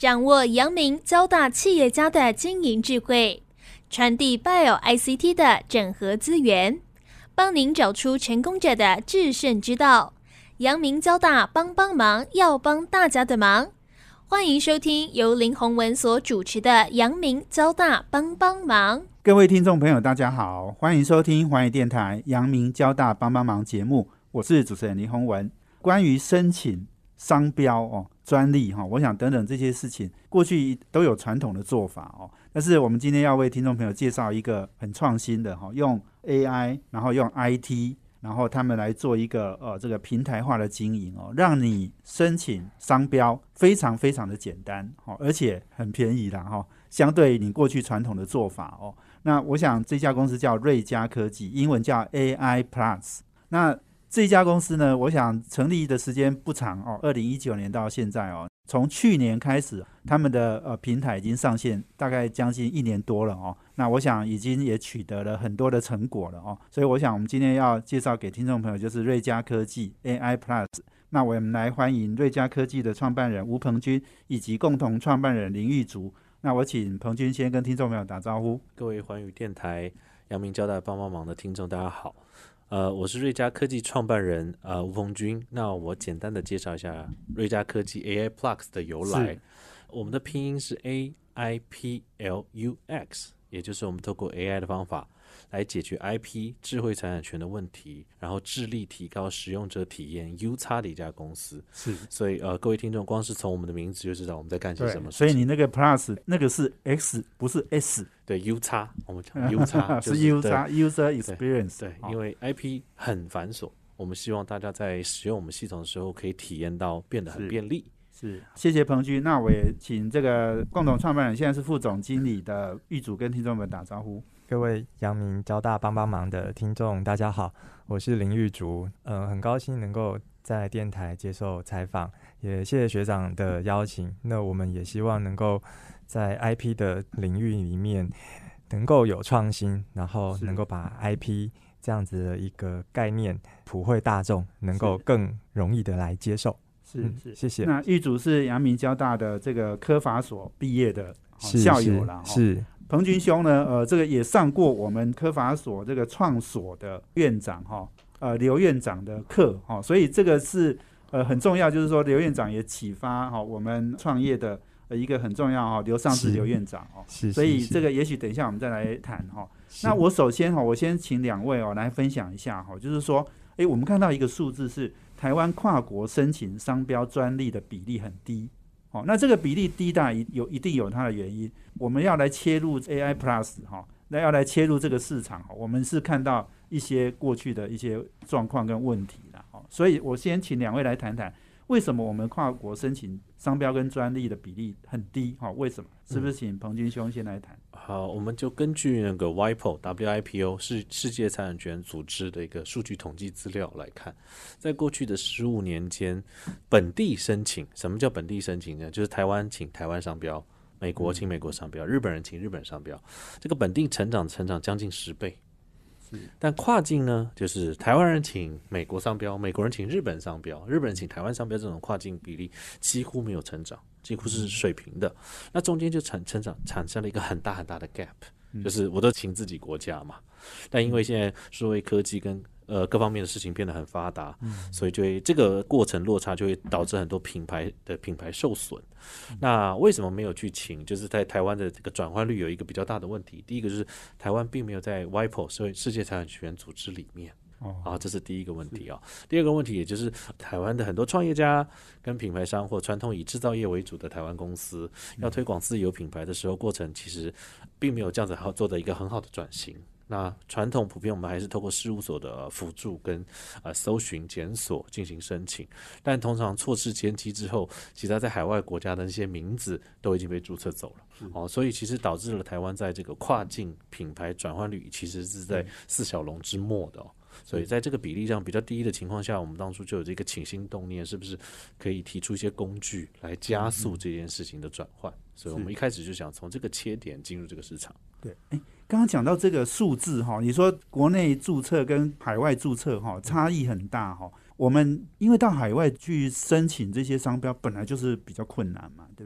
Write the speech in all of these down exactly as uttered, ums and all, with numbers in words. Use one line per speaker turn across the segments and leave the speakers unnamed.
掌握阳明交大企业家的经营智慧，传递 Bio I C T 的整合资源，帮您找出成功者的制胜之道。阳明交大帮帮忙，要帮大家的忙。欢迎收听由林宏文所主持的阳明交大帮帮忙。
各位听众朋友大家好，欢迎收听寰宇电台阳明交大帮帮忙节目，我是主持人林宏文。关于申请商标哦、专利哈、哦，我想等等这些事情，过去都有传统的做法哦。但是我们今天要为听众朋友介绍一个很创新的哈、哦，用 A I， 然后用 I T， 然后他们来做一个呃这个平台化的经营哦，让你申请商标非常非常的简单哦，而且很便宜啦哈、哦，相对你过去传统的做法哦。那我想这家公司叫瑞嘉科技，英文叫 A I Plus。那这家公司呢，我想成立的时间不长哦，二零一九年到现在哦，从去年开始，他们的呃平台已经上线，大概将近一年多了哦。那我想已经也取得了很多的成果了哦，所以我想我们今天要介绍给听众朋友就是瑞嘉科技 A I Plus。那我们来欢迎瑞嘉科技的创办人吴鹏君以及共同创办人林玉竹。那我请鹏君先跟听众朋友打招呼。
各位寰宇电台阳明交大帮帮忙的听众大家好，呃，我是瑞嘉科技创办人呃吴鹏君。那我简单的介绍一下瑞嘉科技 A I Plus 的由来。我们的拼音是 A I P L U X， 也就是我们透过 A I 的方法来解决 I P 智慧财产权的问题，然后致力提高使用者体验 U X 的一家公司。
是，
所以呃，各位听众光是从我们的名字就知道我们在干些什么事情。
所以你那个 Plus 那个是 X 不是 S。
对 U X， 我们讲 U X
是 U X User Experience。
对，对，因为 I P 很繁琐，我们希望大家在使用我们系统的时候可以体验到变得很便利。
是，谢谢鹏君。那我也请这个共同创办人，现在是副总经理的玉竹跟听众们打招呼。
各位阳明交大帮帮忙的听众大家好，我是林玉竹。呃，很高兴能够在电台接受采访，也谢谢学长的邀请。那我们也希望能够在 I P 的领域里面能够有创新，然后能够把 I P 这样子的一个概念普惠大众，能够更容易的来接受。
是是、嗯，
谢谢。
那玉竹是阳明交大的这个科法所毕业的、哦、校友啦。
是。是
鹏君兄呢，呃，这个也上过我们科法所这个创所的院长哈、哦，呃，刘院长的课哈、哦，所以这个是呃很重要，就是说刘院长也启发哈、哦、我们创业的呃一个很重要哈、哦，刘尚志刘院长哦，
是，
所以这个也许等一下我们再来谈哈、哦。那我首先哈、哦，我先请两位哦来分享一下哈、哦，就是说，哎，我们看到一个数字是台湾跨国申请商标专利的比例很低。哦，那这个比例低大有一定有它的原因，我们要来切入 A I Plus 哈、哦，那要来切入这个市场，我们是看到一些过去的一些状况跟问题啦、哦，所以我先请两位来谈谈，为什么我们跨国申请商标跟专利的比例很低？哈、哦，为什么？是不是请鹏君兄先来谈？
好，我们就根据那个 W I P O W I P O 是世界财产权组织的一个数据统计资料来看，在过去的十五年间，本地申请，什么叫本地申请呢？就是台湾请台湾商标，美国请美国商标，日本人请日本商标，这个本地成长成长将近十倍。但跨境呢，就是台湾人请美国商标，美国人请日本商标，日本人请台湾商标，这种跨境比例几乎没有成长，几乎是水平的。那中间就产成长产生了一个很大很大的 gap， 就是我都请自己国家嘛，但因为现在数位科技跟呃各方面的事情变得很发达，所以就会这个过程落差就会导致很多品牌的品牌受损。那为什么没有去请？就是在台湾的这个转换率有一个比较大的问题。第一个就是台湾并没有在 W I P O 所谓世界财产权组织里面。哦、啊，这是第一个问题啊。第二个问题，也就是台湾的很多创业家跟品牌商或传统以制造业为主的台湾公司，要推广自有品牌的时候，过程其实并没有这样子好做的一个很好的转型。那传统普遍我们还是透过事务所的辅助跟呃搜寻检索进行申请，但通常错失前期之后，其实在海外国家的那些名字都已经被注册走了、哦、所以其实导致了台湾在这个跨境品牌转换率其实是在四小龙之末的、哦、所以在这个比例上比较低的情况下，我们当初就有这个起心动念，是不是可以提出一些工具来加速这件事情的转换、嗯、所以我们一开始就想从这个切点进入这个市场。
对，哎，刚刚讲到这个数字哈，你说国内注册跟海外注册哈差异很大哈。我们因为到海外去申请这些商标本来就是比较困难嘛，对不对？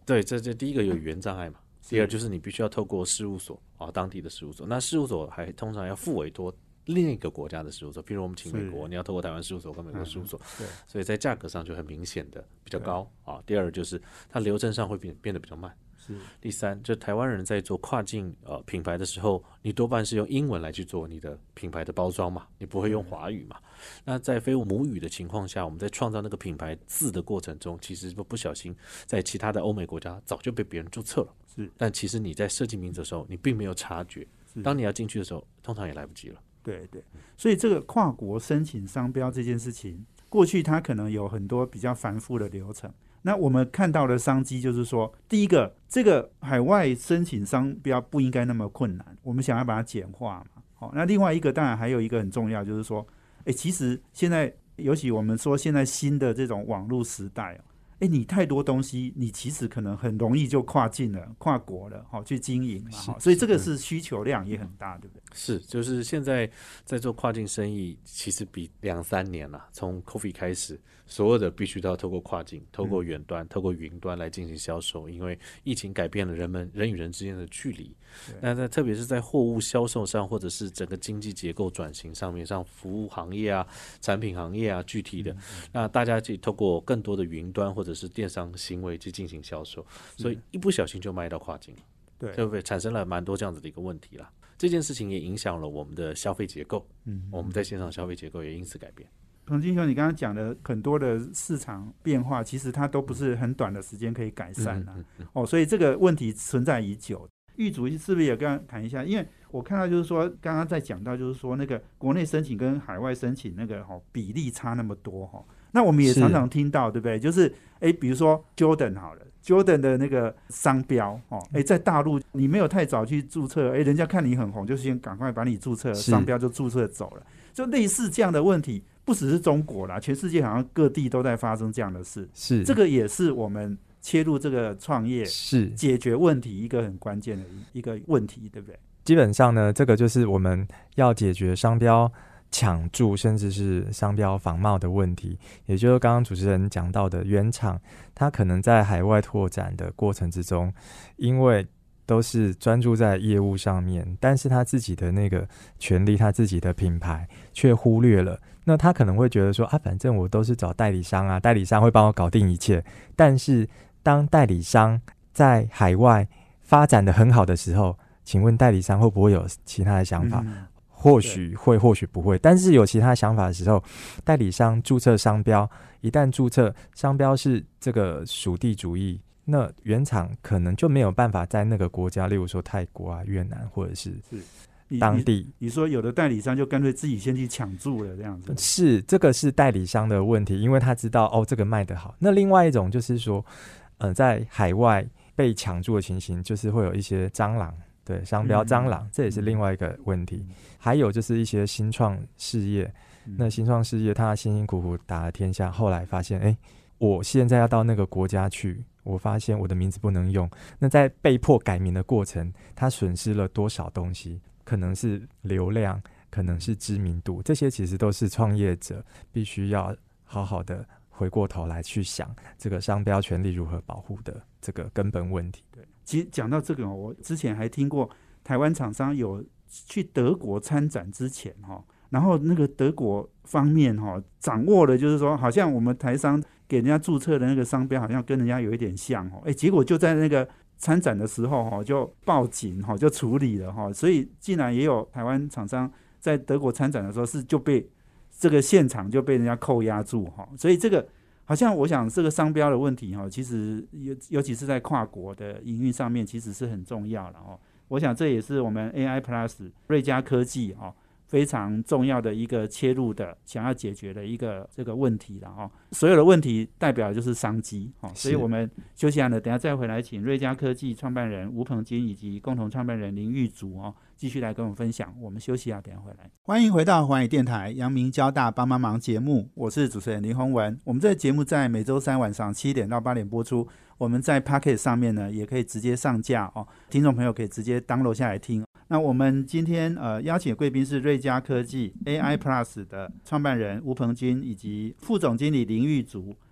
对，这这第一个有语言障碍嘛，第二就是你必须要透过事务所啊，当地的事务所，那事务所还通常要附委托另一个国家的事务所，譬如我们请美国，你要透过台湾事务所跟美国事务所，
嗯、
所以在价格上就很明显的比较高啊。第二就是它流程上会变变得比较慢。
是。
第三，就台湾人在做跨境呃品牌的时候，你多半是用英文来去做你的品牌的包装嘛，你不会用华语嘛。那在非母语的情况下，我们在创造那个品牌字的过程中，其实不小心在其他的欧美国家早就被别人注册了。
是。
但其实你在设计名字的时候，你并没有察觉。当你要进去的时候，通常也来不及了。
对对，所以这个跨国申请商标这件事情，过去它可能有很多比较繁复的流程。那我们看到的商机就是说，第一个，这个海外申请商标不应该那么困难，我们想要把它简化嘛。好，那另外一个当然还有一个很重要，就是说，哎，其实现在尤其我们说现在新的这种网络时代哦，哎，你太多东西，你其实可能很容易就跨境了、跨国了，好去经营嘛。所以这个是需求量也很大，对不对？
是，就是现在在做跨境生意，其实比两三年了、啊，从 COVID 开始，所有的必须都要透过跨境、透过远端、嗯、透过云端来进行销售，因为疫情改变了人们人与人之间的距离。那在特别是在货物销售上，或者是整个经济结构转型上面，像服务行业啊、产品行业啊，具体的，嗯、那大家可以透过更多的云端或者是电商行为去进行销售，所以一不小心就卖到跨境了。
对，
对不对？产生了蛮多这样子的一个问题啦。这件事情也影响了我们的消费结构，嗯，我们在线上消费结构也因此改变。
彭金雄，你刚刚讲的很多的市场变化，其实它都不是很短的时间可以改善啊。嗯嗯嗯、哦，所以这个问题存在已久。玉主是不是也跟他谈一下？因为我看到就是说，刚刚在讲到就是说，那个国内申请跟海外申请那个、哦、比例差那么多哈、哦。那我们也常常听到，对不对？就是哎，比如说 Jordan 好了。Jordan 的那个商标哦，哎，在大陆你没有太早去注册，哎，人家看你很红，就先赶快把你注册，商标就注册走了。就类似这样的问题，不只是中国啦，全世界好像各地都在发生这样的事。
是，
这个也是我们切入这个创业
是
解决问题一个很关键的一个问题，对不对？
基本上呢，这个就是我们要解决商标抢注甚至是商标仿冒的问题，也就是刚刚主持人讲到的原厂，它可能在海外拓展的过程之中，因为都是专注在业务上面，但是他自己的那个权利，他自己的品牌却忽略了，那他可能会觉得说啊，反正我都是找代理商啊，代理商会帮我搞定一切。但是当代理商在海外发展的很好的时候，请问代理商会不会有其他的想法？嗯，或许会，或许不会。但是有其他想法的时候，代理商注册商标，一旦注册商标是这个属地主义，那原厂可能就没有办法在那个国家，例如说泰国啊、越南或者是当地。
你, 你, 你说有的代理商就干脆自己先去抢注了，这样子。
是，这个是代理商的问题，因为他知道哦，这个卖得好。那另外一种就是说，呃，在海外被抢注的情形，就是会有一些蟑螂。对，商标蟑螂、嗯、这也是另外一个问题、嗯、还有就是一些新创事业、嗯、那新创事业他辛辛苦苦打了天下，后来发现哎，我现在要到那个国家去，我发现我的名字不能用，那在被迫改名的过程，他损失了多少东西，可能是流量，可能是知名度，这些其实都是创业者必须要好好的回过头来去想这个商标权利如何保护的这个根本问题。
对，其实讲到这个，我之前还听过台湾厂商有去德国参展之前，然后那个德国方面掌握了，就是说好像我们台商给人家注册的那个商标好像跟人家有一点像，哎，结果就在那个参展的时候就报警就处理了，所以竟然也有台湾厂商在德国参展的时候是就被这个现场就被人家扣押住，所以这个好像我想这个商标的问题其实尤其是在跨国的营运上面其实是很重要的。我想这也是我们 A I Plus 瑞嘉科技非常重要的一个切入的想要解决的一个这个问题了。所有的问题代表的就是商机，所以我们休息完了等一下再回来请瑞嘉科技创办人吴鹏金以及共同创办人林玉竹继续来跟我们分享。我们休息啊，等一下回来。欢迎回到寰宇电台阳明交大帮帮忙节目，我是主持人林宏文。我们这个节目在每周三晚上七点到八点播出，我们在 Podcast 上面呢也可以直接上架哦，听众朋友可以直接 download 下来听。那我们今天呃邀请的贵宾是瑞嘉科技 A I Plus 的创办人吴鹏金以及副总经理林玉竹。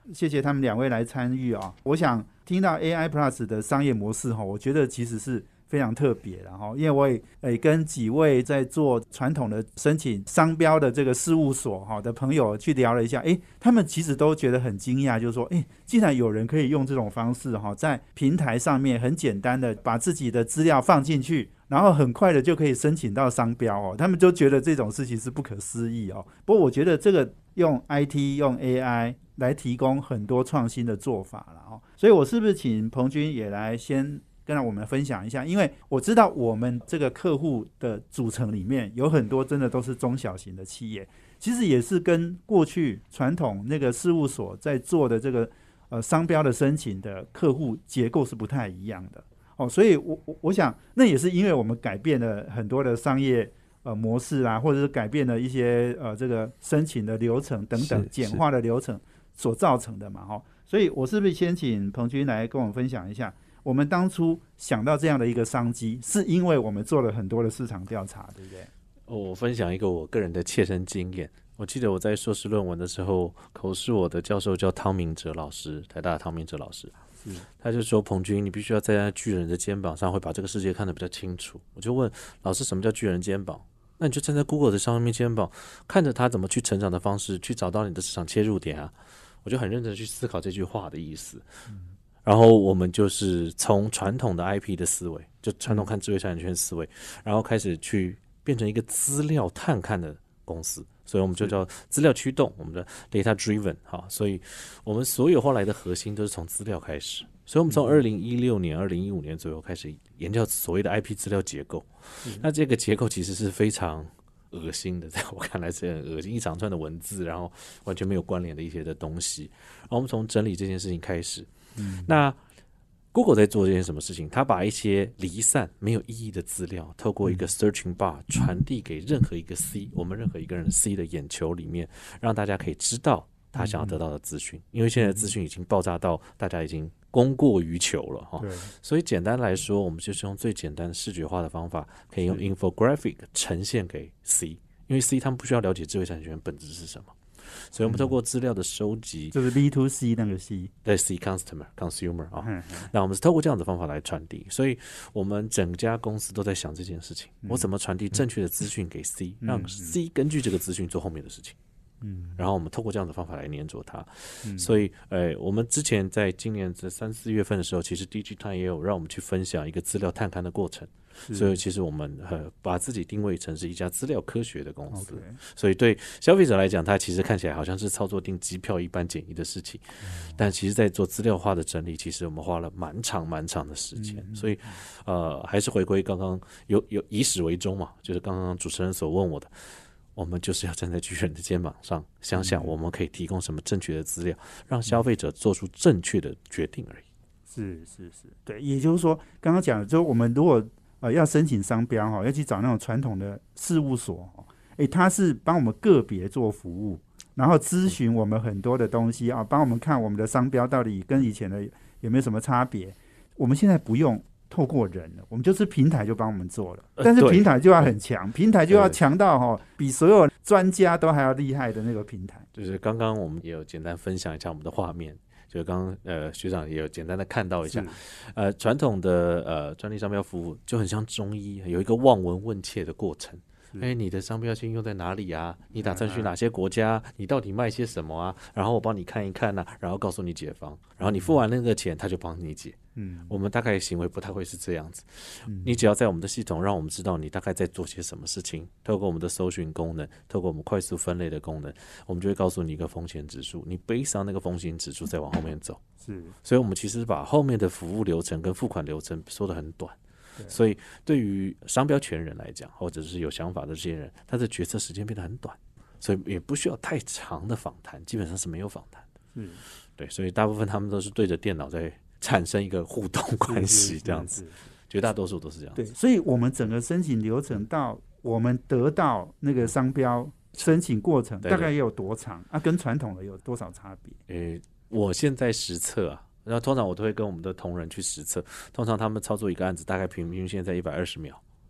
谢谢他们两位来参与啊。我想听到 A I Plus 的商业模式哈，我觉得其实是非常特别的哈，因为我也诶跟几位在做传统的申请商标的这个事务所哈的朋友去聊了一下，诶，他们其实都觉得很惊讶，就是说，诶，既然有人可以用这种方式哈，在平台上面很简单的把自己的资料放进去，然后很快的就可以申请到商标哦，他们就觉得这种事情是不可思议哦。不过我觉得这个用 I T 用 A I 来提供很多创新的做法了哦，所以我是不是请彭军也来先跟我们分享一下？因为我知道我们这个客户的组成里面有很多真的都是中小型的企业，其实也是跟过去传统那个事务所在做的这个呃商标的申请的客户结构是不太一样的哦，所以我我我想那也是因为我们改变了很多的商业呃模式啦，或者是改变了一些呃这个申请的流程等等简化的流程所造成的嘛哈、哦。所以我是不是先请彭军来跟我们分享一下？我们当初想到这样的一个商机，是因为我们做了很多的市场调查，对不对？
哦，我分享一个我个人的切身经验。我记得我在硕士论文的时候，口试我的教授叫汤明哲老师，台大的汤明哲老师，他就说：“彭军，你必须要站在巨人的肩膀上，会把这个世界看得比较清楚。”我就问老师，什么叫巨人肩膀？那你就站在 Google 的上面肩膀，看着他怎么去成长的方式，去找到你的市场切入点啊！我就很认真的去思考这句话的意思。嗯，然后我们就是从传统的 I P 的思维，就传统看智慧财产权思维，然后开始去变成一个资料探看的公司，所以我们就叫资料驱动，我们的 data driven 哈，所以我们所有后来的核心都是从资料开始，所以我们从二零一六年、二零一五年左右开始研究所谓的 I P 资料结构，那这个结构其实是非常恶心的，在我看来是很恶心，一长串的文字，然后完全没有关联的一些的东西。然后我们从整理这件事情开始，嗯，那 Google 在做这件什么事情？他把一些离散没有意义的资料，透过一个 searching bar 传递给任何一个 C， 我们任何一个人 C 的眼球里面，让大家可以知道他想要得到的资讯。因为现在资讯已经爆炸到大家已经供过于求了哈，所以简单来说，我们就是用最简单的视觉化的方法，可以用 infographic 呈现给 C， 因为 C 他们不需要了解智慧财产权本质是什么，所以我们透过资料的收集，
就是 B to C 那个 C，
对 C customer consumer 啊、哦，那我们是透过这样的方法来传递，所以我们整家公司都在想这件事情，我怎么传递正确的资讯给 C， 让 C 根据这个资讯做后面的事情。嗯，然后我们透过这样的方法来黏着它，嗯、所以，呃，我们之前在今年的三四月份的时候，其实 Digitime 也有让我们去分享一个资料探勘的过程，所以其实我们呃把自己定位成是一家资料科学的公司， okay. 所以对消费者来讲，它其实看起来好像是操作订机票一般简易的事情，嗯、但其实在做资料化的整理，其实我们花了蛮长蛮长的时间，嗯、所以呃还是回归刚刚有有以史为终嘛，就是刚刚主持人所问我的。我们就是要站在巨人的肩膀上，想想我们可以提供什么正确的资料，让消费者做出正确的决定而已。
是是是，对，也就是说，刚刚讲的，就是我们如果呃要申请商标哈，要去找那种传统的事务所，哎，他是帮我们个别做服务，然后咨询我们很多的东西啊，帮我们看我们的商标到底跟以前的有没有什么差别。我们现在不用透过人了，我们就是平台就帮我们做了，但是平台就要很强，平台就要强到哈，比所有专家都还要厉害的那个平台。
就是刚刚我们也有简单分享一下我们的画面，就是刚刚呃学长也有简单的看到一下，呃传统的呃专利商标服务就很像中医，有一个望闻问切的过程。哎，你的商标先用在哪里啊？你打算去哪些国家？你到底卖些什么啊？然后我帮你看一看啊，然后告诉你解方，然后你付完那个钱，他就帮你解。嗯，我们大概行为不太会是这样子。嗯，你只要在我们的系统，让我们知道你大概在做些什么事情，透过我们的搜寻功能，透过我们快速分类的功能，我们就会告诉你一个风险指数，你背上那个风险指数再往后面走。是，所以我们其实把后面的服务流程跟付款流程说得很短。所以对于商标权人来讲，或者是有想法的这些人，他的决策时间变得很短，所以也不需要太长的访谈，基本上是没有访谈的。嗯，对，所以大部分他们都是对着电脑在产生一个互动关系，这样子，绝大多数都是这样子。
对，所以我们整个申请流程到我们得到那个商标申请过程，大概也有多长啊？跟传统的有多少差别？
诶，我现在实测啊。然后通常我都会跟我们的同仁去实测，通常他们操作一个案子大概平均现在一百二十秒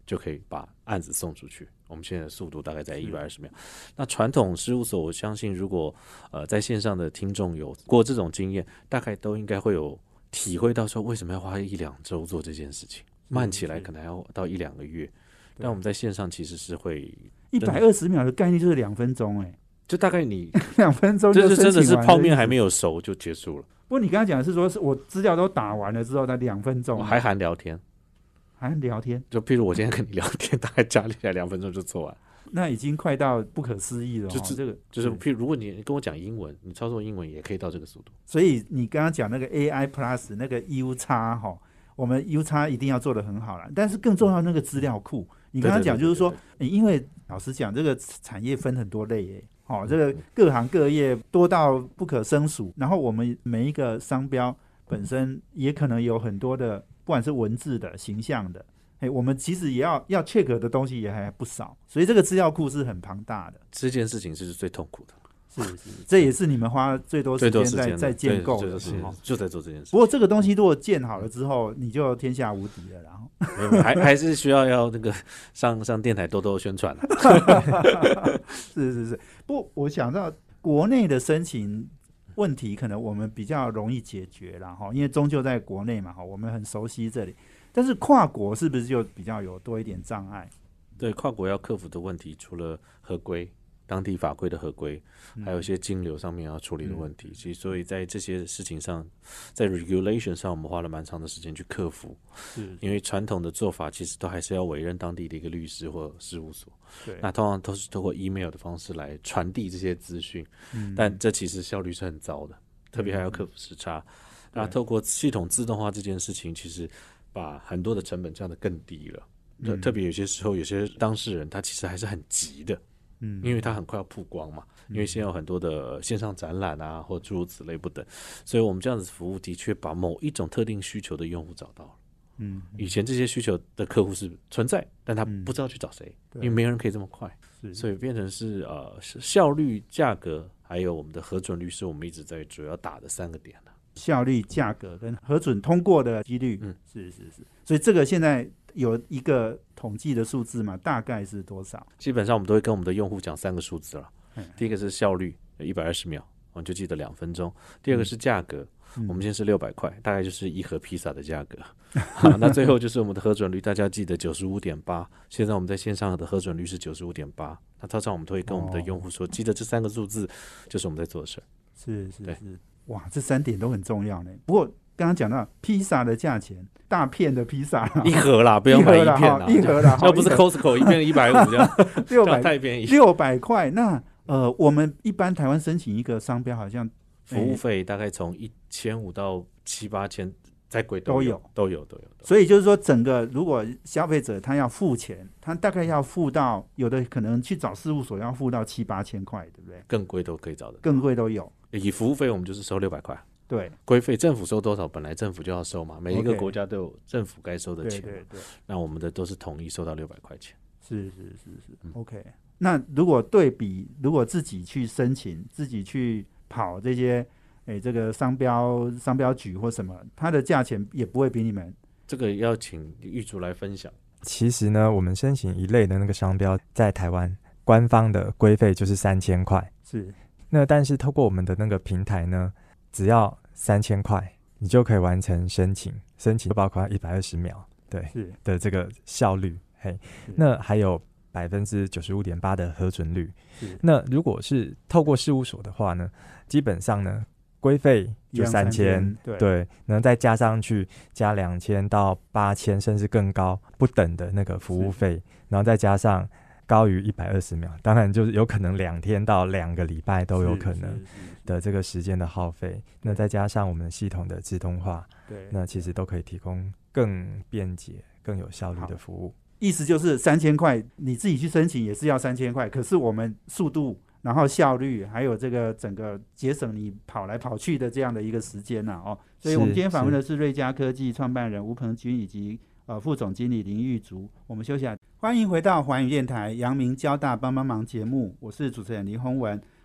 就可以把案子送出去。我们现在的速度大概在一百二十秒。那传统事务所，我相信如果呃在线上的听众有过这种经验，大概都应该会有体会到说为什么要花一两周做这件事情，慢起来可能还要到一两个月。但我们在线上其实是会
一百二十秒的概念就是两分钟，哎，
就大概你
两分钟就
这是真的是泡面还
有。
没有熟就结束了。
不过你刚才讲的是说，是我资料都打完了之后，才两分钟，
我还含聊天，
还聊天，
就譬如我今天跟你聊天，大概加起来两分钟就做完，
那已经快到不可思议了、哦。
就
这个
就是譬如如果你跟我讲英文，你操作英文也可以到这个速度。
所以你刚刚讲那个 A I Plus 那个 U 叉哈，我们 U 叉一定要做得很好了，但是更重要那个资料库，你刚刚讲就是说，因为老实讲，这个产业分很多类耶。哦，这个各行各业多到不可胜数，然后我们每一个商标本身也可能有很多的，不管是文字的、形象的，哎，我们其实也要要 check 的东西也还不少，所以这个资料库是很庞大的。
这件事情是最痛苦的，
是是，这也是你们花最多时间在在建构的，
就在做这件事。
不过这个东西如果建好了之后，你就天下无敌了，然后
还还是需要要那个上上电台多多宣传
是是是，不，我想到国内的申请问题，可能我们比较容易解决啦哈，因为终究在国内嘛哈，我们很熟悉这里。但是跨国是不是就比较有多一点障碍？
对，跨国要克服的问题，除了合规、当地法规的合规，还有一些金流上面要处理的问题。其实，所以在这些事情上，在 regulation 上，我们花了蛮长的时间去克服。是，因为传统的做法其实都还是要委任当地的一个律师或事务所。对，那通常都是透过 email 的方式来传递这些资讯，嗯，但这其实效率是很糟的，特别还要克服时差。那透过系统自动化这件事情，其实把很多的成本降得更低了。嗯、特别有些时候，有些当事人他其实还是很急的。嗯，因为它很快要曝光嘛，因为现在有很多的线上展览啊，或诸如此类不等，所以我们这样子服务的确把某一种特定需求的用户找到了。嗯，以前这些需求的客户是存在，但他不知道去找谁，嗯、因为没有人可以这么快，所以变成是呃效率、价格，还有我们的核准率是我们一直在主要打的三个点了。
效率、价格跟核准通过的几率，嗯，是是是，所以这个现在有一个统计的数字嘛，大概是多少？
基本上我们都会跟我们的用户讲三个数字了。第一个是效率，一百二十秒，我们就记得两分钟。第二个是价格，嗯、我们现在是六百块，大概就是一盒披萨的价格。好，那最后就是我们的核准率，大家记得九十五点八。现在我们在线上的核准率是九十五点八。那通常我们都会跟我们的用户说，哦、记得这三个数字就是我们在做的事。
是是是，哇，这三点都很重要呢。不过刚刚讲到披萨的价钱，大片的披萨
一盒啦，不要买一片啦，
一盒啦，
要不是 Costco 一片一百五这样，
六百
太便宜，
六百块。那呃，我们一般台湾申请一个商标，好像
服务费大概从一千五到七八千，再贵都有，都有，都有。
所以就是说，整个如果消费者他要付钱，他大概要付到，有的可能去找事务所要付到七八千块，对不对？
更贵都可以找的，
更贵都有。
以服务费我们就是收六百块。
对，
规费政府收多少，本来政府就要收嘛，每一个国家都有政府该收的钱。
对对对，
那我们的都是统一收到六百块钱。
是是是是、嗯、，OK。那如果对比，如果自己去申请，自己去跑这些，哎，这个商标商标局或什么，它的价钱也不会比你们。
这个要请玉竹来分享。
其实呢，我们申请一类的那个商标，在台湾官方的规费就是三千块。
是。
那但是透过我们的那个平台呢，只要三千块，你就可以完成申请，申请包括一百二十秒，对的这个效率。嘿，那还有百分之九十五点八的核准率。那如果是透过事务所的话呢，基本上呢，规费就三千，对，然后再加上去加两千到八千，甚至更高不等的那个服务费，然后再加上高于一百二十秒，当然就是有可能两天到两个礼拜都有可能的这个时间的耗费。那再加上我们的系统的自动化，对，那其实都可以提供更便捷、更有效率的服务。
意思就是三千块，你自己去申请也是要三千块，可是我们速度，然后效率，还有这个整个节省你跑来跑去的这样的一个时间呐、啊、哦。所以我们今天访问的是瑞嘉科技创办人吴鹏君以及呃副总经理林玉竹。我们休息下，欢迎回到环宇电台阳明交大帮帮忙节目，我是主持人林宏文。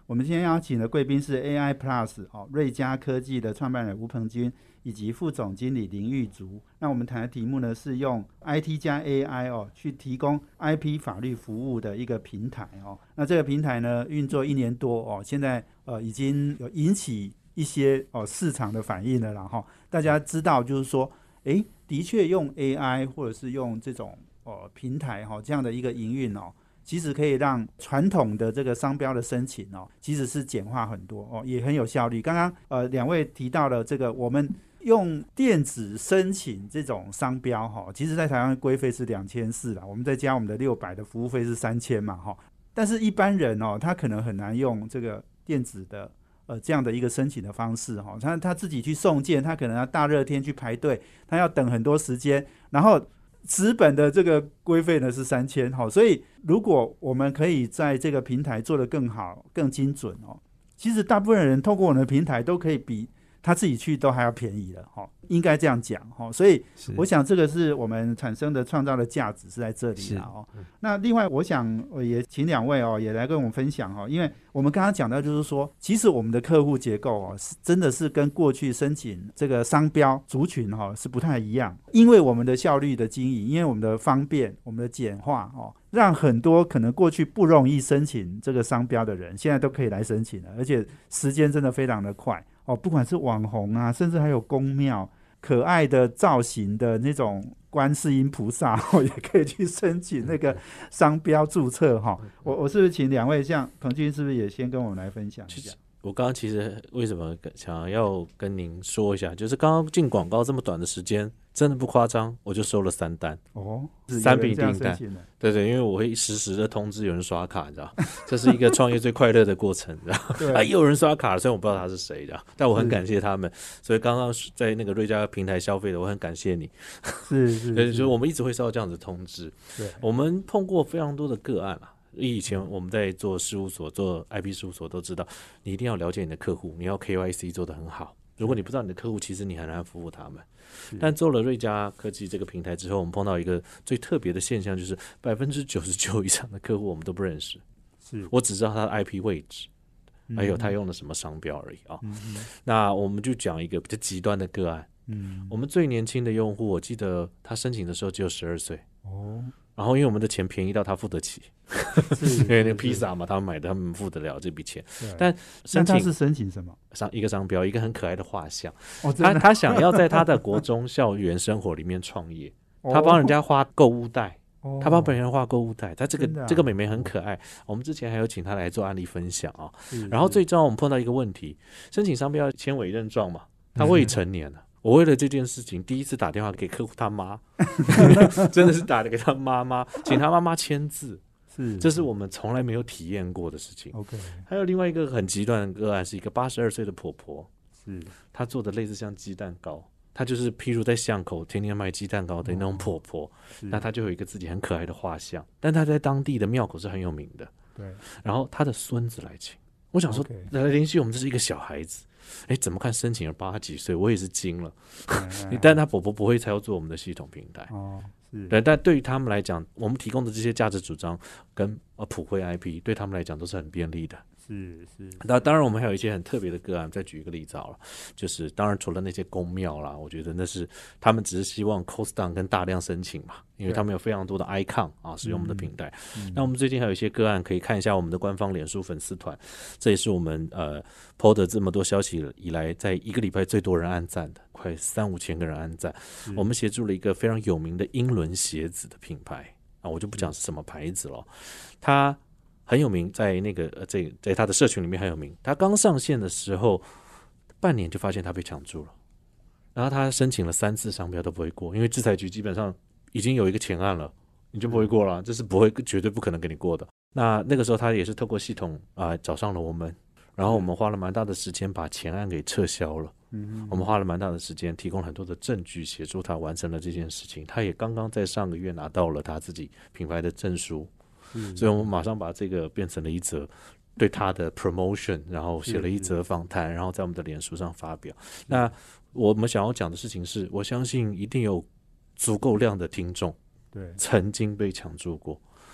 我们今天邀请的贵宾是 A I Plus 哦，瑞嘉科技的创办人吴鹏君以及副总经理林玉竹。那我们谈的题目呢是用 I T 加 A I 哦，去提供 I P 法律服务的一个平台哦。那这个平台呢运作一年多哦，现在呃已经有引起一些哦市场的反应了啦哈。大家知道就是说，诶，的确用 A I 或者是用这种哦平台哈、哦、这样的一个营运哦。其实可以让传统的这个商标的申请哦，其实是简化很多哦，也很有效率。刚刚呃两位提到了这个，我们用电子申请这种商标哈、哦，其实在台湾规费是两千四啦，我们再加我们的六百的服务费是三千嘛哈、哦。但是一般人哦，他可能很难用这个电子的呃这样的一个申请的方式哈、哦，他他自己去送件，他可能要大热天去排队，他要等很多时间，然后。纸本的这个规费呢是三千，好，所以如果我们可以在这个平台做得更好、更精准哦，其实大部分人透过我们的平台都可以比他自己去都还要便宜了，哈，应该这样讲哈。所以我想这个是我们产生的创造的价值是在这里了哦。那另外我想我也请两位哦也来跟我们分享哦，因为我们刚刚讲到就是说，其实我们的客户结构哦是真的是跟过去申请这个商标族群哈、哦、是不太一样，因为我们的效率的经营，因为我们的方便，我们的简化哦，让很多可能过去不容易申请这个商标的人，现在都可以来申请了，而且时间真的非常的快。哦，不管是网红啊，甚至还有宫庙可爱的造型的那种观世音菩萨、哦、也可以去申请那个商标注册哈、哦。我我是不是请两位像彭君是不是也先跟我们来分享一下？
我刚刚其实为什么想要跟您说一下，就是刚刚进广告这么短的时间，真的不夸张，我就收了三单
哦，
三笔订单，对对，因为我会实时的通知有人刷卡，你知道，这是一个创业最快乐的过程，你知道，啊，又有人刷卡了，虽然我不知道他是谁的，但我很感谢他们，所以刚刚在那个瑞嘉平台消费的，我很感谢你，
是是，
对，就是我们一直会收到这样子的通知，对，我们碰过非常多的个案啊。以前我们在做事务所做 I P 事务所都知道，你一定要了解你的客户，你要 K Y C 做得很好，如果你不知道你的客户，其实你很难服务他们。但做了瑞嘉科技这个平台之后，我们碰到一个最特别的现象，就是百分之九十九以上的客户我们都不认识，是我只知道他的 I P 位置，还有他用了什么商标而已啊、嗯。那我们就讲一个比较极端的个案，嗯，我们最年轻的用户，我记得他申请的时候只有十二岁哦。然后因为我们的钱便宜到他付得起，因为那个披萨嘛，他们买的他们付得了这笔钱。但申请
他是申请什么？
商一个商标，一个很可爱的画像。
哦、
他他想要在他的国中校园生活里面创业，他帮人家画购物袋，哦、他帮别人画购物袋。他这个、啊、这个妹妹很可爱，我们之前还有请她来做案例分享啊。然后最重要，我们碰到一个问题，申请商标要签委任状嘛，他未成年了。我为了这件事情，第一次打电话给客户他妈，真的是打给他妈妈，请他妈妈签字，是，这是我们从来没有体验过的事情。OK， 还有另外一个很极端的个案，是一个八十二岁的婆婆，是她做的类似像鸡蛋糕，她就是譬如在巷口天天卖鸡蛋糕的那种婆婆，哦、那她就有一个自己很可爱的画像，但她在当地的庙口是很有名的。对，然后她的孙子来请，我想说来来联系我们，这是一个小孩子。哎，怎么看申请了八几岁，我也是惊了。但他婆婆不会操作我们的系统平台，哦，是，对，但对于他们来讲，我们提供的这些价值主张跟呃普惠 I P 对他们来讲都是很便利的。是是，那当然我们还有一些很特别的个案，再举一个例子好了，就是当然除了那些公庙啦，我觉得那是他们只是希望 cost down 跟大量申请嘛，因为他们有非常多的 icon 啊，使用我们的平台。嗯嗯、那我们最近还有一些个案，可以看一下我们的官方脸书粉丝团，这也是我们呃 P O 的这么多消息以来，在一个礼拜最多人按赞的，快三五千个人按赞。我们协助了一个非常有名的英伦鞋子的品牌啊，我就不讲是什么牌子了，它很有名，在那个呃，在在他的社群里面很有名。他刚上线的时候，半年就发现他被抢注了，然后他申请了三次商标都不会过，因为制裁局基本上已经有一个前案了，你就不会过了，这是不会，绝对不可能给你过的。那那个时候他也是透过系统啊、呃、找上了我们，然后我们花了蛮大的时间把前案给撤销了。嗯，我们花了蛮大的时间，提供很多的证据，协助他完成了这件事情。他也刚刚在上个月拿到了他自己品牌的证书。所以我们马上把这个变成了一则对他的 promotion， 然后写了一则访谈，然后在我们的脸书上发表。那我们想要讲的事情是，我相信一定有足够量的听众对曾经被抢注过，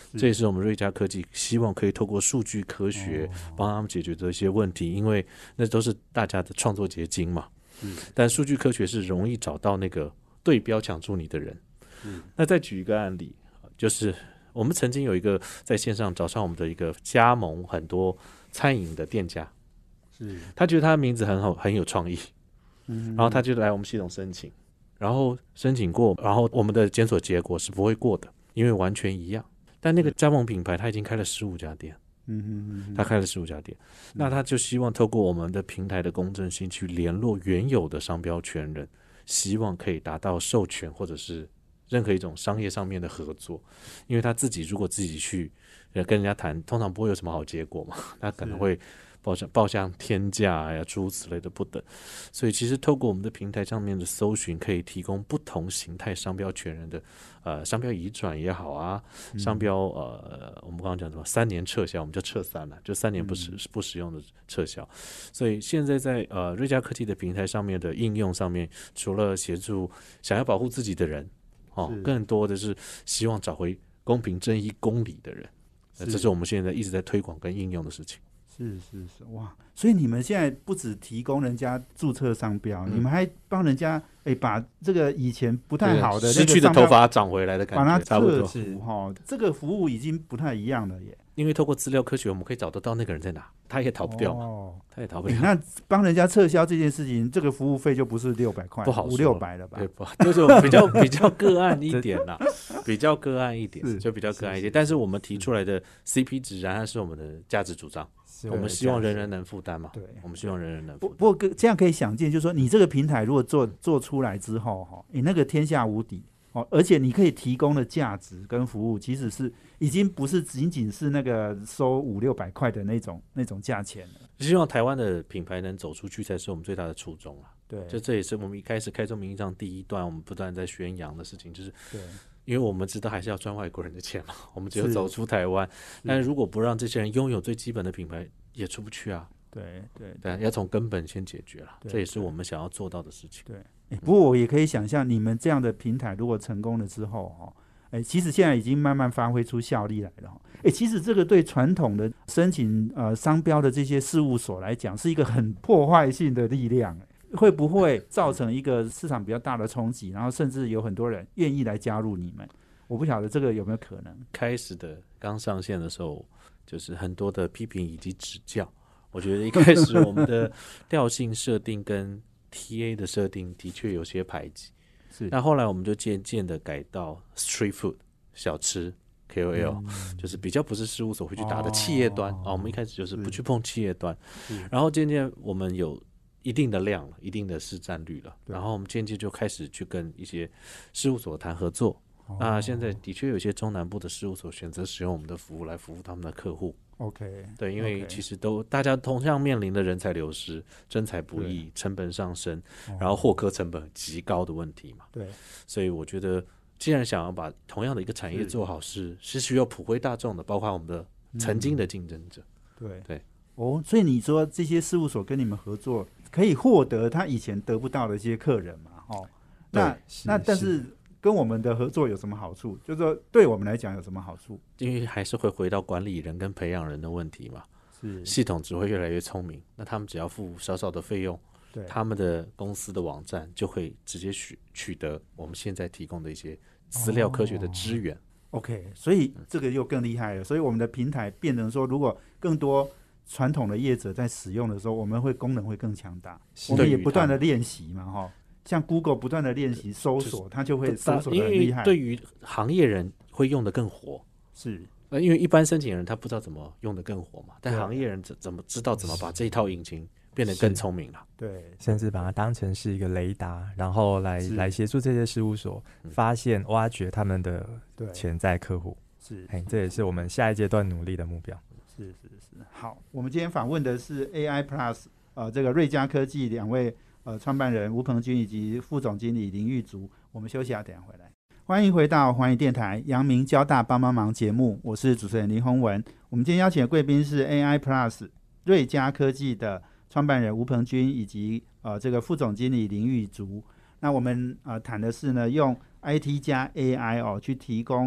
这也是我们瑞嘉科技希望可以透过数据科学帮他们解决这些问题，因为那都是大家的创作结晶嘛。但数据科学是容易找到那个对标抢注你的人。那再举一个案例，就是我们曾经有一个在线上找上我们的一个加盟很多餐饮的店家，
是
他觉得他的名字很好，很有创意，然后他就来我们系统申请，然后申请过，然后我们的检索结果是不会过的，因为完全一样。但那个加盟品牌他已经开了十五家店，嗯嗯嗯，他开了十五家店，那他就希望透过我们的平台的公正性去联络原有的商标权人，希望可以达到授权或者是任何一种商业上面的合作。因为他自己如果自己去跟人家谈，通常不会有什么好结果嘛，他可能会报上报上天价呀，诸如此类的不等。所以其实透过我们的平台上面的搜寻，可以提供不同形态商标权人的呃商标移转也好啊，商标呃我们刚刚讲什么三年撤销，我们就撤三了，就三年不使不使用的撤销。所以现在在呃瑞嘉科技的平台上面的应用上面，除了协助想要保护自己的人哦，更多的是希望找回公平正义公理的人。这是我们现在一直在推广跟应用的事情。
是是是，哇！所以你们现在不只提供人家注册商标，嗯、你们还帮人家哎把这个以前不太好的那个
失去的头发长回来的感觉，
把它撤除哈。这个服务已经不太一样了耶。
因为透过资料科学，我们可以找得到那个人在哪，他也逃不掉嘛，哦、他也逃不掉。
那帮人家撤销这件事情，这个服务费就不是六百块，
不好
五六百了吧？
对吧？就是比较比较个案一点啦，比较个案一点，就比较个案一点。但是我们提出来的 C P 值仍然是我们的价值主张。我们希望人人能负担嘛，对，我们希望人人能负担。
不过这样可以想见，就是说你这个平台如果做做出来之后，哈，你那个天下无敌哦，而且你可以提供的价值跟服务，其实是已经不是仅仅是那个收五六百块的那种那种价钱了。
希望台湾的品牌能走出去，才是我们最大的初衷啦。
对，
就这也是我们一开始开宗明义上第一段，我们不断在宣扬的事情，就是对。因为我们知道还是要赚外国人的钱嘛，我们只有走出台湾，但是如果不让这些人拥有最基本的品牌，也出不去啊。
对对
对，要从根本先解决了，这也是我们想要做到的事情。
对，欸、不过我也可以想象，你们这样的平台如果成功了之后，哈，哎，其实现在已经慢慢发挥出效力来了。哎，其实这个对传统的申请呃商标的这些事务所来讲，是一个很破坏性的力量。会不会造成一个市场比较大的冲击，然后甚至有很多人愿意来加入你们？我不晓得这个有没有可能。
开始的刚上线的时候，就是很多的批评以及指教。我觉得一开始我们的调性设定跟 T A 的设定的确有些排挤，是。那后来我们就渐渐的改到 street food 小吃 K O L，嗯、就是比较不是事务所会去打的企业端啊、哦哦。我们一开始就是不去碰企业端，然后渐渐我们有一定的量了，一定的市占率了，然后我们渐渐就开始去跟一些事务所谈合作。哦、那现在的确有些中南部的事务所选择使用我们的服务来服务他们的客户。
OK，
对，因为其实都大家同样面临的人才流失、征才不易、成本上升，哦、然后获客成本极高的问题嘛。
对，
所以我觉得，既然想要把同样的一个产业做好是，是是需要普惠大众的，包括我们的曾经的竞争者。
嗯、对
对。
哦，所以你说这些事务所跟你们合作，可以获得他以前得不到的一些客人嘛？哦，那那但是跟我们的合作有什么好处？就是说对我们来讲有什么好处？
因为还是会回到管理人跟培养人的问题嘛。是，系统只会越来越聪明，那他们只要付少少的费用，对，他们的公司的网站就会直接取取得我们现在提供的一些资料科学的支援。
哦、OK， 所以这个又更厉害了。所以我们的平台变成说，如果更多传统的业者在使用的时候，我们会功能会更强大，我们也不断的练习嘛，哈。像 Google 不断的练习搜索，它就会搜索的很厉害。
因为对于行业人会用的更活，
是，
因为一般申请人他不知道怎么用的更活嘛，但行业人怎么知道怎么把这一套引擎变得更聪明了？
对，
甚至把它当成是一个雷达，然后来来协助这些事务所发现、挖掘他们的潜在客户。是，这也是我们下一阶段努力的目标。
是是是，好，我们今天访问的是 A I Plus， 呃，这个瑞嘉科技两位呃创办人吴鹏君以及副总经理林玉竹。我们休息下，等一下回来。欢迎回到环宇电台阳明交大帮帮忙节目，我是主持人林宏文。我们今天邀请的贵宾是 A I Plus 瑞嘉科技的创办人吴鹏君以及呃这个副总经理林玉竹。那我们呃谈的是呢，用 I T 加 A I 哦去提供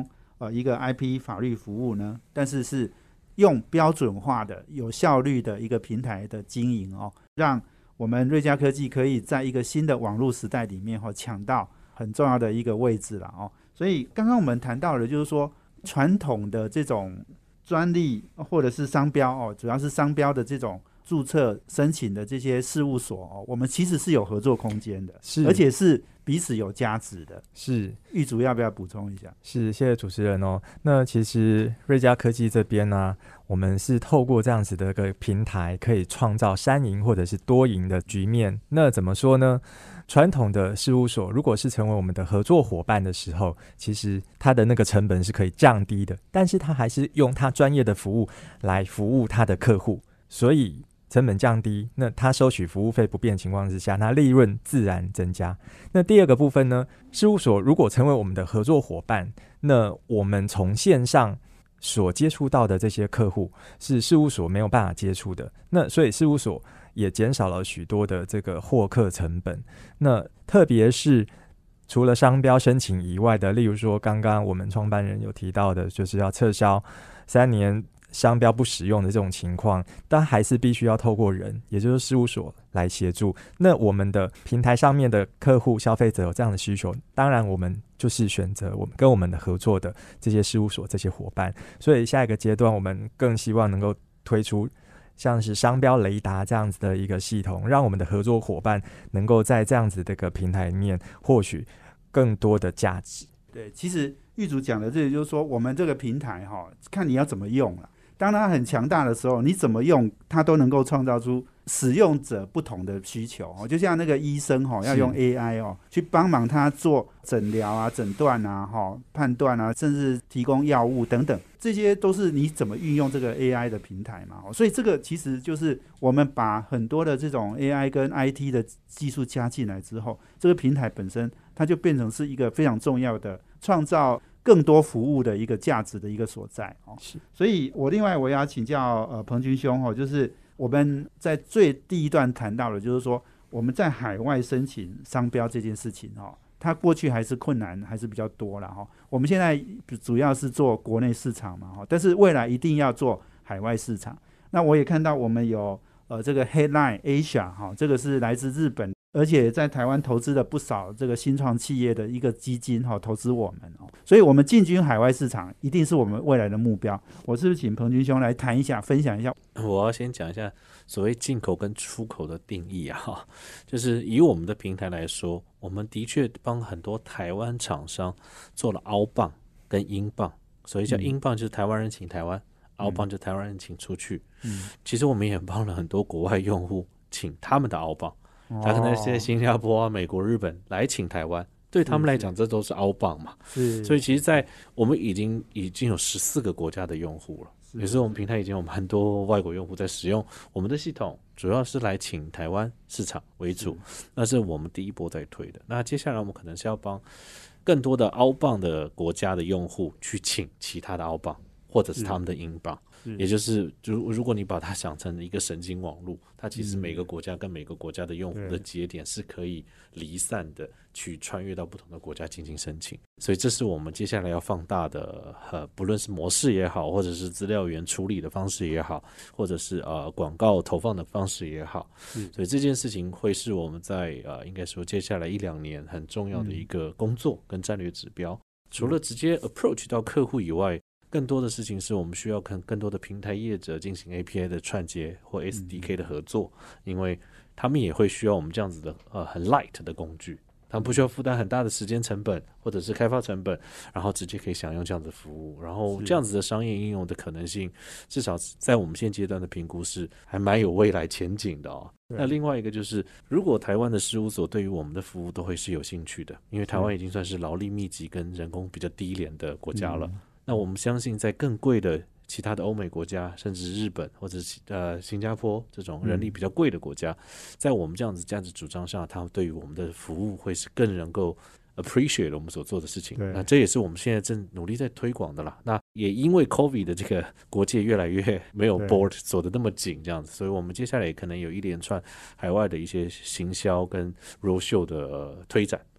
呃一个 I P 法律服务呢？但是是用标准化的、有效率的一个平台的经营哦，让我们瑞嘉科技可以在一个新的网络时代里面哦，抢到很重要的一个位置了哦。所以刚刚我们谈到的就是说，传统的这种专利或者是商标哦，主要是商标的这种注册申请的这些事务所哦，我们其实是有合作空间的，
是，
而且是彼此有价值的。
是，
玉竹要不要补充一下？
是，谢谢主持人哦。那其实瑞嘉科技这边呢、啊，我们是透过这样子的一个平台，可以创造三赢或者是多赢的局面。那怎么说呢？传统的事务所如果是成为我们的合作伙伴的时候，其实它的那个成本是可以降低的，但是它还是用它专业的服务来服务它的客户，所以成本降低，那它收取服务费不变的情况之下，那利润自然增加。那第二个部分呢，事务所如果成为我们的合作伙伴，那我们从线上所接触到的这些客户是事务所没有办法接触的，那所以事务所也减少了许多的这个获客成本。那特别是除了商标申请以外的，例如说刚刚我们创办人有提到的，就是要撤销三年商标不使用的这种情况，但还是必须要透过人，也就是事务所来协助。那我们的平台上面的客户消费者有这样的需求，当然我们就是选择我们跟我们的合作的这些事务所这些伙伴。所以下一个阶段我们更希望能够推出像是商标雷达这样子的一个系统，让我们的合作伙伴能够在这样子的一个平台里面获取更多的价值。
对，其实玉竹讲的这个就是说，我们这个平台哈，看你要怎么用了。当它很强大的时候，你怎么用它都能够创造出使用者不同的需求。就像那个医生要用 A I 哦，去帮忙他做诊疗啊、诊断啊、判断啊，甚至提供药物等等，这些都是你怎么运用这个 A I 的平台嘛。所以这个其实就是我们把很多的这种 A I 跟 I T 的技术加进来之后，这个平台本身它就变成是一个非常重要的创造更多服务的一个价值的一个所在哦。所以我另外我要请教呃彭军兄哦，就是我们在最第一段谈到的，就是说我们在海外申请商标这件事情哦，它过去还是困难还是比较多啦哈。我们现在主要是做国内市场嘛哈，但是未来一定要做海外市场。那我也看到我们有呃这个 Headline Asia 哈，这个是来自日本，而且在台湾投资了不少这个新创企业的一个基金哈，投资我们哦，所以我们进军海外市场一定是我们未来的目标。我是不是请彭军兄来谈一下，分享一下？
我要先讲一下所谓进口跟出口的定义啊，就是以我们的平台来说，我们的确帮很多台湾厂商做了澳镑跟英镑，所以叫英镑就是台湾人请台湾，澳镑就台湾人请出去。嗯，其实我们也帮了很多国外用户请他们的澳镑。他可能在新加坡啊、美国、日本来请台湾，对他们来讲，这都是澳镑嘛。所以其实，在我们已经已经有十四个国家的用户了，也是我们平台已经有很多外国用户在使用我们的系统，主要是来请台湾市场为主，那是我们第一波在推的。那接下来我们可能是要帮更多的澳镑的国家的用户去请其他的澳镑，或者是他们的英镑。也就是如果你把它想成一个神经网络，它其实每个国家跟每个国家的用户的节点是可以离散的去穿越到不同的国家进行申请，所以这是我们接下来要放大的呃，不论是模式也好，或者是资料源处理的方式也好，或者是呃广告投放的方式也好，所以这件事情会是我们在呃应该说接下来一两年很重要的一个工作跟战略指标。除了直接 approach 到客户以外，更多的事情是我们需要跟更多的平台业者进行 A P I 的串接或 S D K 的合作，因为他们也会需要我们这样子的呃很 light 的工具，他们不需要负担很大的时间成本或者是开发成本，然后直接可以享用这样的服务，然后这样子的商业应用的可能性，至少在我们现阶段的评估是还蛮有未来前景的哦。那另外一个就是，如果台湾的事务所对于我们的服务都会是有兴趣的，因为台湾已经算是劳力密集跟人工比较低廉的国家了。嗯，那我们相信在更贵的其他的欧美国家，甚至日本或者是呃新加坡这种人力比较贵的国家，嗯，在我们这样子价值主张上，他们对于我们的服务会是更能够 appreciate 我们所做的事情。那这也是我们现在正努力在推广的啦。那也因为 COVID 的这个国界越来越没有 board 走得那么紧这样子，所以我们接下来可能有一连串海外的一些行销跟 roadshow 的、呃、推展。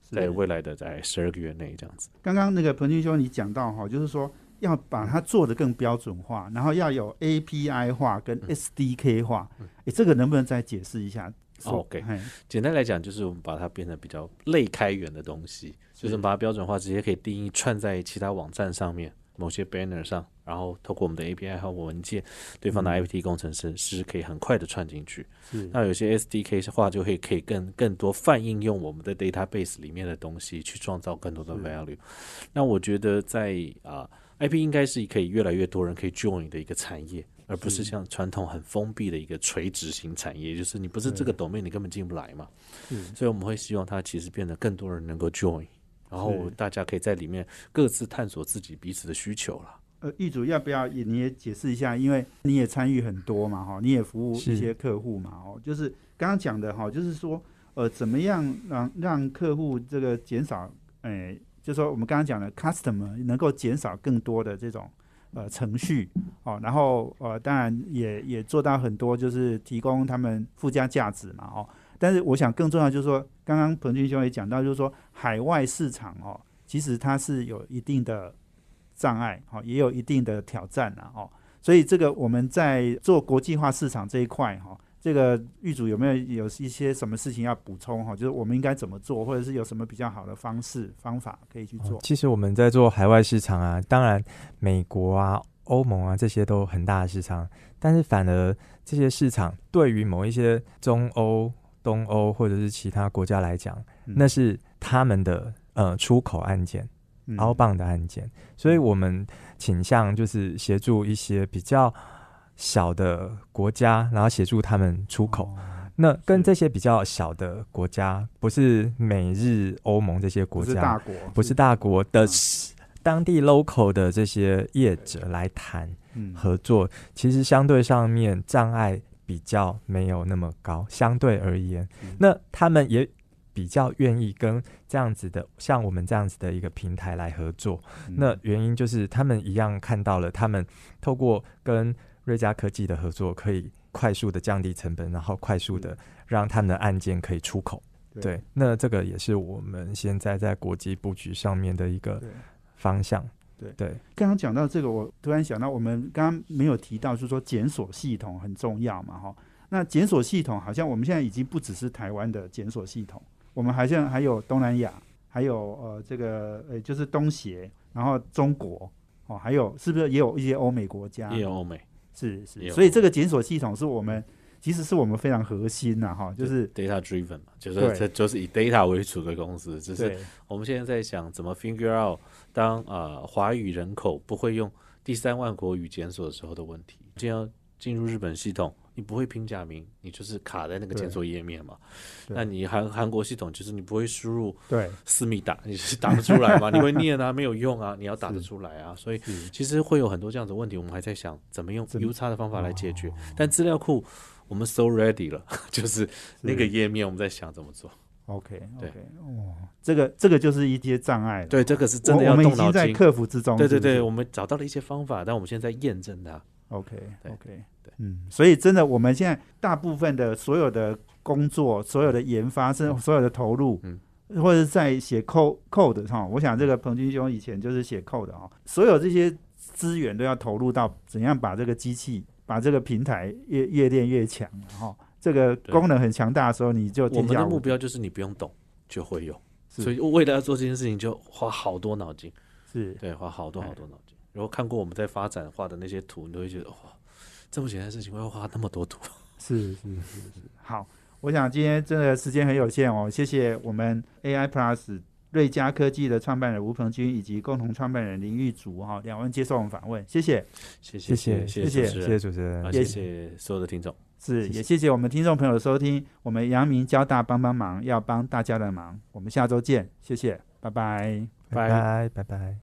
在未来的在十二个月内这样子。
刚刚那个彭军兄你讲到哈，就是说要把它做得更标准化，然后要有 A P I 化跟 S D K 化，哎、嗯，这个能不能再解释一下？
哦、OK， 简单来讲就是我们把它变成比较类开源的东西，就是把它标准化，直接可以定义串在其他网站上面某些 banner 上，然后透过我们的 A P I 和文件，对方的 I T 工程师是可以很快的串进去。那有些 S D K 的话，就会可以更更多泛应用我们的 database 里面的东西，去创造更多的 value。那我觉得在啊、呃、I P 应该是可以越来越多人可以 join 的一个产业。而不是像传统很封闭的一个垂直型产业，就是你不是这个 domain 你根本进不来嘛。所以我们会希望它其实变得更多人能够 join， 然后大家可以在里面各自探索自己彼此的需求了。
呃，易主要不要也你也解释一下，因为你也参与很多嘛，哈，你也服务一些客户嘛，哦，就是刚刚讲的哈，就是说呃，怎么样让让客户这个减少，哎，就是说我们刚刚讲的 customer 能够减少更多的这种。呃，程序哦，然后呃，当然也也做到很多，就是提供他们附加价值嘛，哦。但是我想更重要就是说，刚刚彭军兄也讲到，就是说海外市场哦，其实它是有一定的障碍，哦，也有一定的挑战啊，哦。所以这个我们在做国际化市场这一块，哈、哦，这个狱主有没有有一些什么事情要补充哈？就是我们应该怎么做，或者是有什么比较好的方式方法可以去做？
哦、其实我们在做海外市场啊，当然美国啊、欧盟啊这些都很大的市场，但是反而这些市场对于某一些中欧、东欧或者是其他国家来讲，嗯、那是他们的呃出口案件。outbound 的案件，所以我们倾向就是协助一些比较小的国家，然后协助他们出口。哦、那跟这些比较小的国家，不是美日欧盟这些国家，不是大国，不是大国的当地 local 的这些业者来谈合作，嗯、其实相对上面障碍比较没有那么高，相对而言，嗯、那他们也比较愿意跟这样子的像我们这样子的一个平台来合作，嗯、那原因就是他们一样看到了他们透过跟瑞嘉科技的合作可以快速的降低成本，然后快速的让他们的案件可以出口。 对, 对，那这个也是我们现在在国际布局上面的一个方向。对对，
刚刚讲到这个，我突然想到我们刚刚没有提到就是说检索系统很重要嘛，齁，那检索系统好像我们现在已经不只是台湾的检索系统，我们好像还有东南亚，还有呃这个呃就是东协，然后中国哦，还有是不是也有一些欧美国家？
也有欧美，
是是，所以这个检索系统是我们其实是我们非常核心呐、啊、哈，就是
data driven 嘛，就是这就是以 data 为主的公司，只是我们现在在想怎么 figure out 当呃华语人口不会用第三万国语检索的时候的问题。今天要进入日本系统，你不会拼假名，你就是卡在那个检索页面嘛。那你韩韩国系统就是你不会输入思密达，你是打不出来嘛？你会念啊，没有用啊，你要打得出来啊。所以其实会有很多这样子的问题，我们还在想怎么用 U 叉的方法来解决。哦、但资料库我们 so ready 了，就是那个页面我们在想怎么做。
OK OK， 哦，这个这个就是一些障碍了。
对，这个是真的要动脑筋，
我们已经在克服之中。
对对对，我们找到了一些方法，但我们现在在验证它。
OK OK， 对，嗯，所以真的，我们现在大部分的所有的工作、所有的研发、甚至所有的投入，嗯，或者是在写 code code 哈，我想这个彭军兄以前就是写 code 哈，所有这些资源都要投入到怎样把这个机器、把这个平台越越练越强哈。这个功能很强大的时候，你就
我们的目标就是你不用懂就会有，所以为了要做这件事情，就花好多脑筋，是对，花好多好多脑筋。然后看过我们在发展画的那些图，你都会觉得哇，这么简单的事情，我要花那么多图。
是是是是。好，我想今天真的时间很有限哦，谢谢我们 A I Plus 瑞嘉科技的创办人吴鹏君以及共同创办人林玉竹哈，两位接受我们访问，谢谢，
谢谢谢谢
谢谢谢谢主持人，
谢谢所有的听众，
是也谢谢我们听众朋友的收听，我们阳明交大帮帮忙，要帮大家的忙，我们下周见，谢谢，拜拜，
拜拜拜拜。